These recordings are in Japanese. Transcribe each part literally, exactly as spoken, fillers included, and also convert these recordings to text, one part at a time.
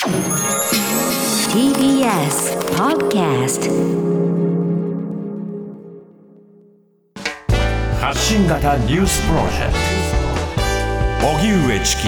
ティービーエス Podcast 発信型ニュースプロジェクト荻上チキ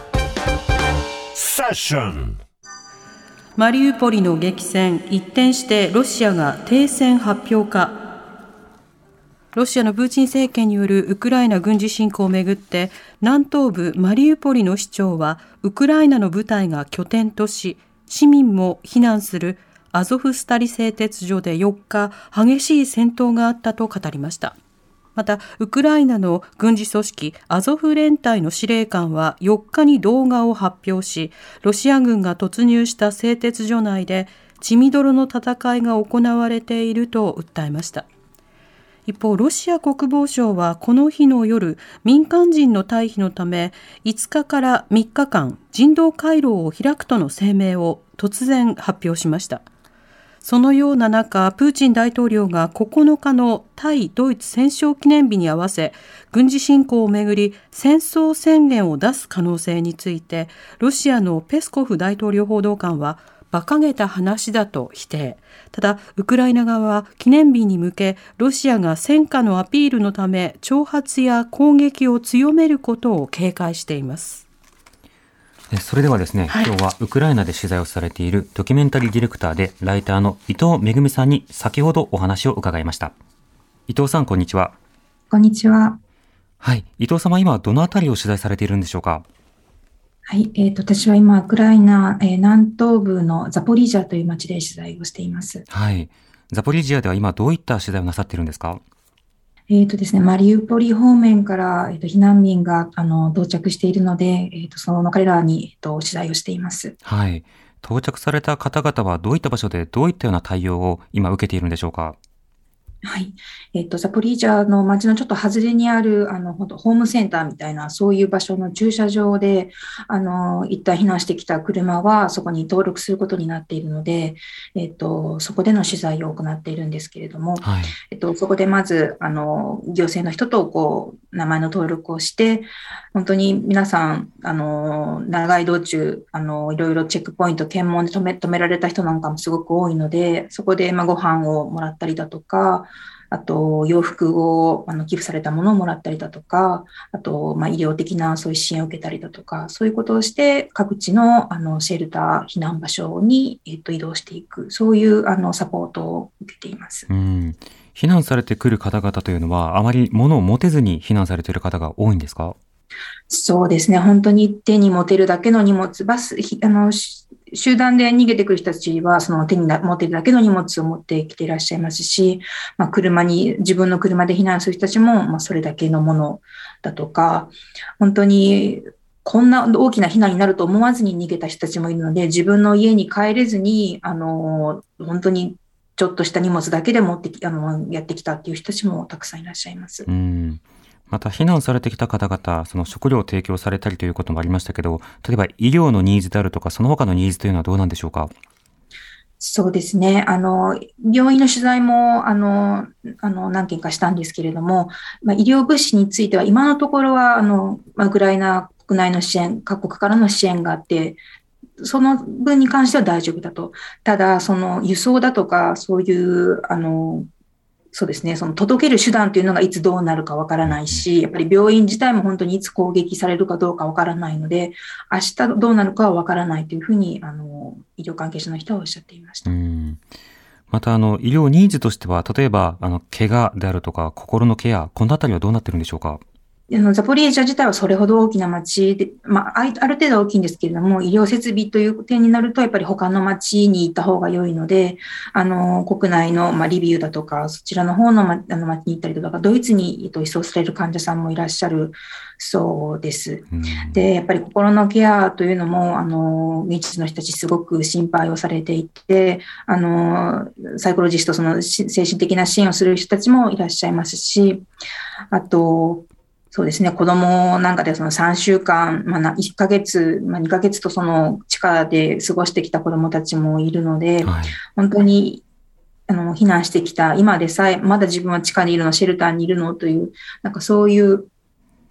セッション。 マリウポリの激戦一転してロシアが停戦発表か。ロシアのプーチン政権によるウクライナ軍事侵攻をめぐって南東部マリウポリの市長はウクライナの部隊が拠点とし市民も避難するアゾフスタリ製鉄所でよっか激しい戦闘があったと語りました。またウクライナの軍事組織アゾフ連隊の司令官はよっかに動画を発表し、ロシア軍が突入した製鉄所内で血みどろの戦いが行われていると訴えました。一方、ロシア国防省はこの日の夜、民間人の退避のためいつかからみっかかん人道回廊を開くとの声明を突然発表しました。そのような中、プーチン大統領がここのかの対ドイツ戦勝記念日に合わせ、軍事侵攻をめぐり戦争宣言を出す可能性について、ロシアのペスコフ大統領報道官は、馬鹿げた話だと否定。ただ、ウクライナ側は記念日に向け、ロシアが戦果のアピールのため、挑発や攻撃を強めることを警戒しています。 それではですね、はい、今日はウクライナで取材をされているドキュメンタリーディレクターでライターの伊藤恵さんに先ほどお話を伺いました。伊藤さん、こんにちは。 こんにちは。 はい、伊藤様、今どのあたりを取材されているんでしょうか。 はい、えーと、私は今、ウクライナ、えー、南東部のザポリージャという町で取材をしています。 はい。ザポリージャでは今どういった取材をなさっているんですか。 えーとですね、マリウポリ方面から、えーと、避難民があの到着しているので、えーと、その彼らに、えーと、取材をしています。 はい。到着された方々はどういった場所でどういったような対応を今受けているんでしょうか。 はい。えっと、ザポリージャの町のちょっと外れにある、あの、ホームセンターみたいな、そういう場所の駐車場で、あの、一旦避難してきた車は、そこに登録することになっているので、えっと、そこでの取材を行っているんですけれども、はい、えっと、そこでまず、あの、行政の人と、こう、名前の登録をして、本当に皆さん、あの、長い道中、あの、いろいろチェックポイント、検問で止め、止められた人なんかもすごく多いので、そこで、まあ、ご飯をもらったりだとか、あと、洋服をあの寄付されたものをもらったりだとか、あと、まあ、医療的なそういう支援を受けたりだとか、そういうことをして、各地のあのシェルター、避難場所に、えっと、移動していく、そういうあのサポートを受けています。 うん。避難されてくる方々というのは、あまり物を持てずに避難されている方が多いんですか？ そうですね。本当に手に持てるだけの荷物、バス、あの、集団で逃げてくる人たちは、その手に持ってるだけの荷物を持ってきていらっしゃいますし、まあ、車に、自分の車で避難する人たちも、まあ、それだけのものだとか、本当に、こんな大きな避難になると思わずに逃げた人たちもいるので、自分の家に帰れずに、あの、本当にちょっとした荷物だけで持ってき、あの、やってきたっていう人たちもたくさんいらっしゃいます。 うん。また避難されてきた方々、その食料を提供されたりということもありましたけど、例えば医療のニーズであるとか、その他のニーズというのはどうなんでしょうか。 そうですね。あの、病院の取材も、あの、あの、何件かしたんですけれども、まあ、医療物資については、今のところは、あの、ウクライナ国内の支援、各国からの支援があって、その分に関しては大丈夫だと。ただ、その輸送だとか、そういう、あの、そうですね。その届ける手段というのがいつどうなるかわからないし、やっぱり病院自体も本当にいつ攻撃されるかどうかわからないので、明日どうなるかはわからないというふうに、あの、医療関係者の人はおっしゃっていました。 うん。また、あの、医療ニーズとしては、例えば、あの、怪我であるとか、心のケア、このあたりはどうなってるんでしょうか。 あのザポリージャ自体はそれほど大きな町で、まあ、ある程度大きいんですけれども、医療設備という点になると、やっぱり他の町に行った方が良いので、あの、国内の、まあ、リビウだとか、そちらの方の、ま、あの町に行ったりだとか、ドイツに、えっと、移送される患者さんもいらっしゃるそうです。で、やっぱり心のケアというのも、あの、現地の人たちすごく心配をされていて、あの、サイコロジスト、その精神的な支援をする人たちもいらっしゃいますし、あと、そうですね、子供なんかでそのさんしゅうかん、まあ、いっかげつ、まあ、にかげつとその地下で過ごしてきた子供たちもいるので、はい、本当にあの避難してきた今でさえ、まだ自分は地下にいるの、シェルターにいるのという、なんかそういう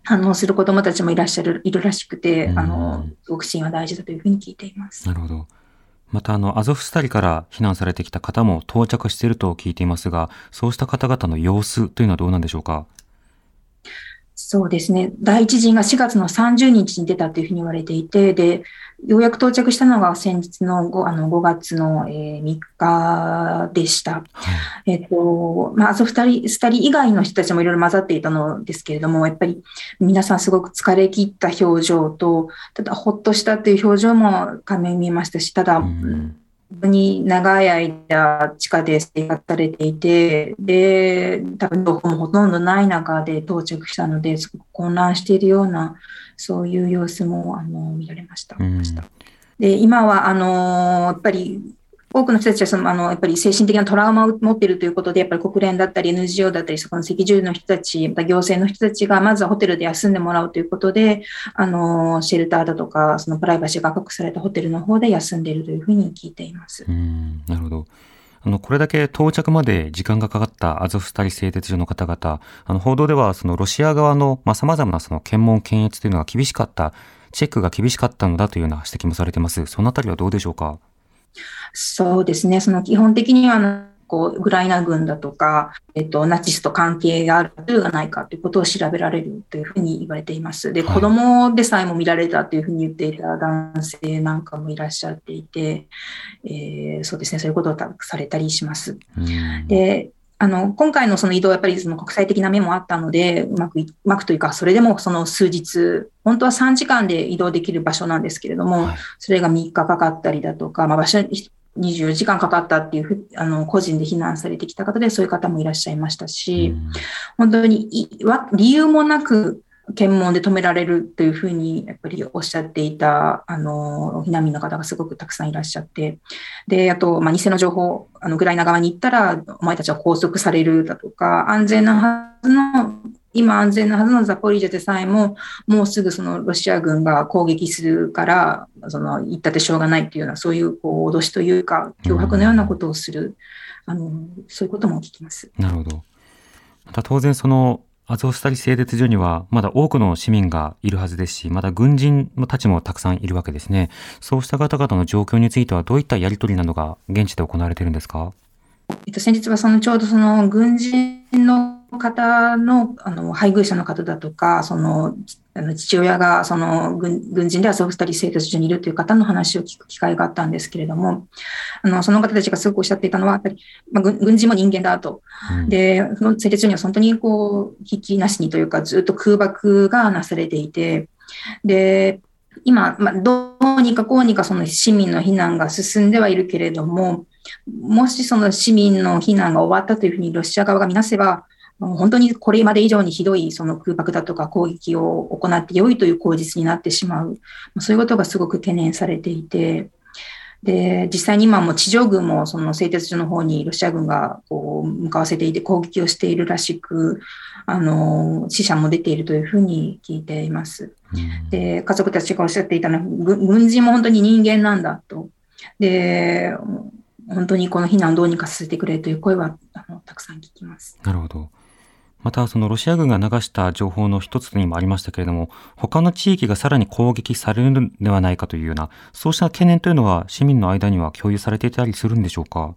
反応する子どもたちもいらっしゃる、いるらしくて、あの、すごく支援は大事だというふうに聞いています。 なるほど。また、あの、アゾフスタリから避難されてきた方も到着していると聞いていますが、そうした方々の様子というのはどうなんでしょうか？ そうですね。第一陣がしがつのさんじゅうにちに出たというふうに言われていて、で、ようやく到着したのが先日の 5, あのごがつの、えー、みっかでした。はい、えっと、まあ、アゾフスタリ以外の人たちもいろいろ混ざっていたのですけれども、やっぱり皆さんすごく疲れ切った表情と、ただほっとしたという表情も画面見ましたし、ただ、うん本当に長い間地下で生活されていて、で、多分情報もほとんどない中で到着したので、すごく混乱しているような、そういう様子もあの見られました。で、今はあのやっぱり多くの人たちはそのあのやっぱり精神的なトラウマを持っているということで、やっぱり国連だったり エヌジーオー だったり、そこの赤十字の人たち、また行政の人たちがまずはホテルで休んでもらうということで、あのシェルターだとか、そのプライバシーが確保されたホテルの方で休んでいるというふうに聞いています。 うん、なるほど。あのこれだけ到着まで時間がかかったアゾフスタリ製鉄所の方々、あの報道ではそのロシア側のさまざ、まなその検問検閲というのが厳しかった、チェックが厳しかったのだというような指摘もされています。そのあたりはどうでしょうか？ そうですね。その基本的にはこうウクライナ軍だとか、えっと、ナチスと関係があるかがないかということを調べられるというふうに言われています。で、はい、子供でさえも見られたというふうに言っていた男性なんかもいらっしゃっていて、えー、そうですね、そういうことをされたりします。で、あの今回のその移動はやっぱりその国際的な面もあったので、うまく、うまくというか、それでもその数日、本当はさんじかんで移動できる場所なんですけれども、はい、それがみっかかかったりだとか、まあ、場所にじゅうよじかんかかったっていう、あの個人で避難されてきた方で、そういう方もいらっしゃいましたし、うん、本当に理由もなく検問で止められるというふうにやっぱりおっしゃっていたあの避難民の方がすごくたくさんいらっしゃって、で、あと、まあ、偽の情報、あのウクライナ側に行ったらお前たちは拘束されるだとか、安全なはずの今安全なはずのザポリージャでさえももうすぐそのロシア軍が攻撃するからその行ったってしょうがないっていうような、そういうこう脅しというか脅迫のようなことをする、あのそういうことも聞きます。 なるほど。また当然そのアゾフスタリ製鉄所にはまだ多くの市民がいるはずですし、また軍人たちもたくさんいるわけですね。そうした方々の状況についてはどういったやり取りなどが現地で行われているんですか？ えっと、先日はそのちょうどその軍人の方の、あの配偶者の方だとか、そのあの父親がその 軍, 軍人でアゾフスタリ製鉄所にいるという方の話を聞く機会があったんですけれども、あのその方たちがすごくおっしゃっていたのは、やっぱり、まあ、軍, 軍人も人間だと、うん、でその製鉄所には本当にこう危機なしにというかずっと空爆がなされていて、で今、まあ、どうにかこうにかその市民の避難が進んではいるけれども、もしその市民の避難が終わったというふうにロシア側が見なせば、本当にこれまで以上にひどいその空爆だとか攻撃を行って良いという口実になってしまう、そういうことがすごく懸念されていて、で実際に今も地上軍もその製鉄所の方にロシア軍がこう向かわせていて攻撃をしているらしく、あの死者も出ているというふうに聞いています。で家族たちがおっしゃっていたのは、軍人も本当に人間なんだと、で本当にこの避難をどうにかさせてくれという声はあのたくさん聞きます。 なるほど。またそのロシア軍が流した情報の一つにもありましたけれども、他の地域がさらに攻撃されるのではないかというような、そうした懸念というのは市民の間には共有されていたりするんでしょうか？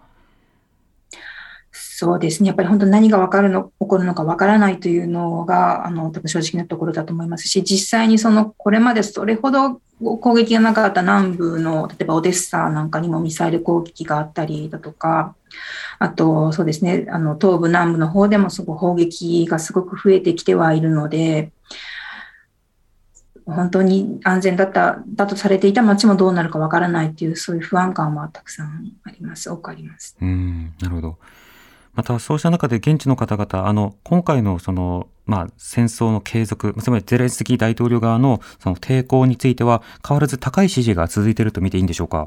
そうですね。やっぱり本当に何が分かるの、起こるのか分からないというのが、あの、多分正直なところだと思いますし、実際にその、これまでそれほど攻撃がなかった南部の、例えばオデッサなんかにもミサイル攻撃があったりだとか、あと、そうですね、あの、東部南部の方でもすごい砲撃がすごく増えてきてはいるので、本当に安全だった、だとされていた街もどうなるか分からないという、そういう不安感はたくさんあります。多くあります。 うん、なるほど。またそうした中で現地の方々、あの今回のその、まあ、戦争の継続、つまりゼレンスキー大統領側のその抵抗については変わらず高い支持が続いていると見ていいんでしょうか？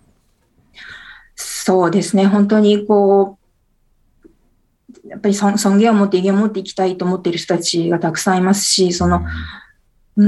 そうですね。本当にこうやっぱり尊厳を持って威厳を持っていきたいと思っている人たちがたくさんいますし、その、うん、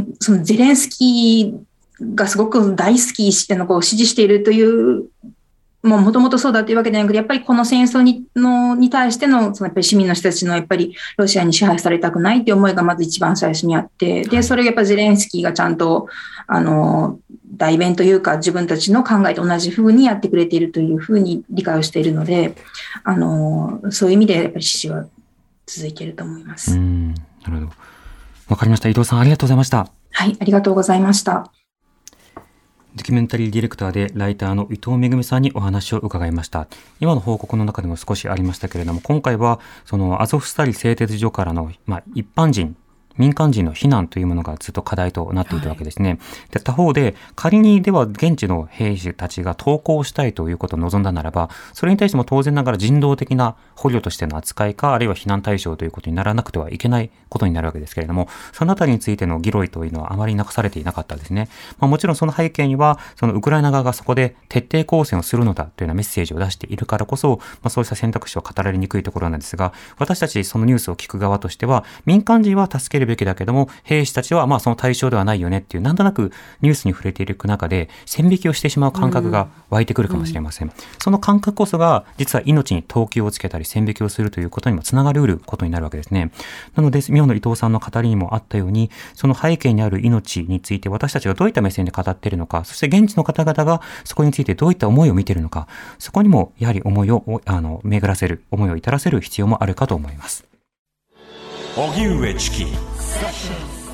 そのゼレンスキーがすごく大好きしてのこう支持しているというもともとそうだというわけではなくて、やっぱりこの戦争にのに対しての、そのやっぱり市民の人たちのやっぱりロシアに支配されたくないという思いがまず一番最初にあって、で、それをやっぱりゼレンスキーがちゃんと、あの、代弁というか自分たちの考えと同じふうにやってくれているというふうに理解をしているので、あの、そういう意味でやっぱり支持は続いていると思います。 うん、なるほど。わかりました。伊藤さん、ありがとうございました。 はい、ありがとうございました。 ドキュメンタリーディレクターでライターの伊藤めぐみさんにお話を伺いました。今の報告の中でも少しありましたけれども、今回はそのアゾフスタリ製鉄所からの、まあ、一般人民間人の避難というものがずっと課題となっていたわけですね。はい、で他方で仮にでは現地の兵士たちが投降したいということを望んだならば、それに対しても当然ながら人道的な捕虜としての扱いか、あるいは避難対象ということにならなくてはいけないことになるわけですけれども、そのあたりについての議論というのはあまりなされていなかったですね。まあ、もちろんその背景にはそのウクライナ側がそこで徹底抗戦をするのだというようなメッセージを出しているからこそ、まあ、そうした選択肢を語られにくいところなんですが、私たちそのニュースを聞く側としては、民間人は助けるべきだけども兵士たちはまあその対象ではないよねっていう、なんとなくニュースに触れていく中で線引きをしてしまう感覚が湧いてくるかもしれません。うんうん、その感覚こそが実は命に等級をつけたり線引きをするということにもつながりうることになるわけですね。なので今の伊藤さんの語りにもあったように、その背景にある命について私たちがどういった目線で語っているのか、そして現地の方々がそこについてどういった思いを見ているのか、そこにもやはり思いをあの巡らせる、思いを至らせる必要もあるかと思います。 荻上チキ